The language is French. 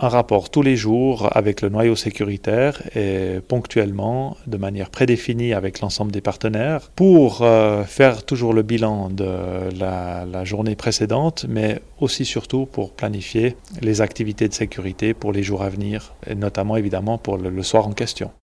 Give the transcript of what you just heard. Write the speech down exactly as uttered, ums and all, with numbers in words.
un rapport tous les jours avec le noyau sécuritaire et ponctuellement, de manière prédéfinie avec l'ensemble des partenaires, pour euh, faire toujours le bilan de la, la journée précédente, mais aussi surtout pour planifier les activités de sécurité pour les jours à venir, et notamment évidemment pour le, le soir en question.